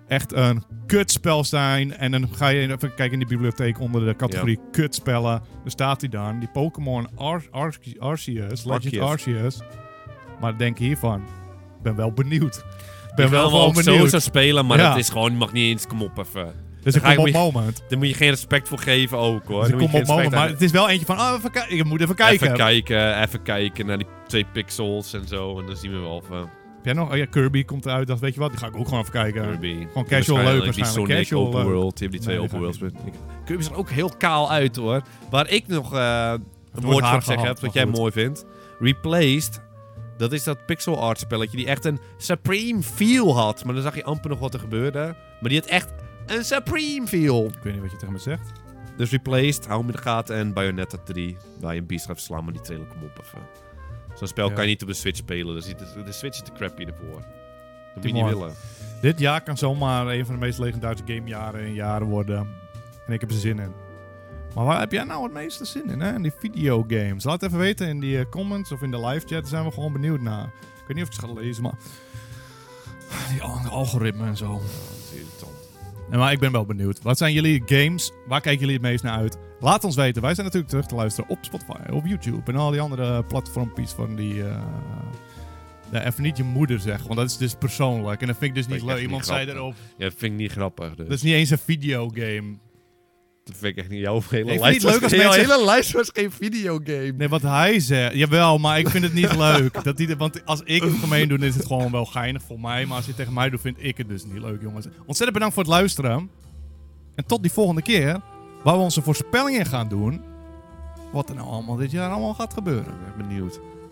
echt een kutspel zijn. En dan ga je even kijken in die bibliotheek onder de categorie kutspellen. Daar staat hij dan. Die Pokémon Arceus, Legend Arceus. Maar denk hiervan. Ik ben wel benieuwd. Ik ben wel gewoon benieuwd. Sowieso spelen, maar dat is gewoon, je mag niet eens, kom op even. Dus een kom-op moment. Daar moet je geen respect voor geven ook, hoor. Dus een kom-op moment, maar het is wel eentje van, ik moet even kijken. Even kijken naar die 2 pixels en zo. En dan zien we wel of... Heb jij nog? Kirby komt eruit. Dat weet je wat, die ga ik ook gewoon even kijken. Kirby. Gewoon casual leuk waarschijnlijk. Die Sonic casual, Open World. Die hebben die 2 Open Worlds. Kirby ziet er ook heel kaal uit, hoor. Waar ik nog een woord van zeggen heb, wat jij mooi vindt. Replaced. Dat is dat pixel art spelletje die echt een Supreme feel had. Maar dan zag je amper nog wat er gebeurde. Maar die had echt een Supreme feel. Ik weet niet wat je tegen me zegt. Dus Replaced, hou hem in de gaten. En Bayonetta 3, waar je een beest gaat verslaan, maar die trailer kom op even. Zo'n spel kan je niet op de Switch spelen. Dus de Switch is te crappy ervoor. Dat moet je niet willen. Dit jaar kan zomaar een van de meest legendarische gamejaren in jaren worden. En ik heb er zin in. Maar waar heb jij nou het meeste zin in, hè? In die videogames. Laat het even weten in die comments of in de live chat. Daar zijn we gewoon benieuwd naar. Ik weet niet of ik ze ga lezen, maar... Die algoritme en zo. Dat is irritant. Maar ik ben wel benieuwd. Wat zijn jullie games? Waar kijken jullie het meest naar uit? Laat ons weten. Wij zijn natuurlijk terug te luisteren op Spotify, op YouTube en al die andere platformpjes van die... even niet je moeder zeggen, want dat is dus persoonlijk. En dat vind ik dus niet leuk. Iemand zei erop... Ja, dat vind ik niet grappig. Dus. Dat is niet eens een videogame. Dat vind ik echt niet. Jouw hele lijst was geen videogame. Nee, wat hij zegt... Jawel, maar ik vind het niet leuk. Want als ik het gemeen doe, dan is het gewoon wel geinig voor mij. Maar als je het tegen mij doet, vind ik het dus niet leuk, jongens. Ontzettend bedankt voor het luisteren. En tot die volgende keer, waar we onze voorspellingen gaan doen. Wat er nou allemaal dit jaar allemaal gaat gebeuren. Ik ben benieuwd.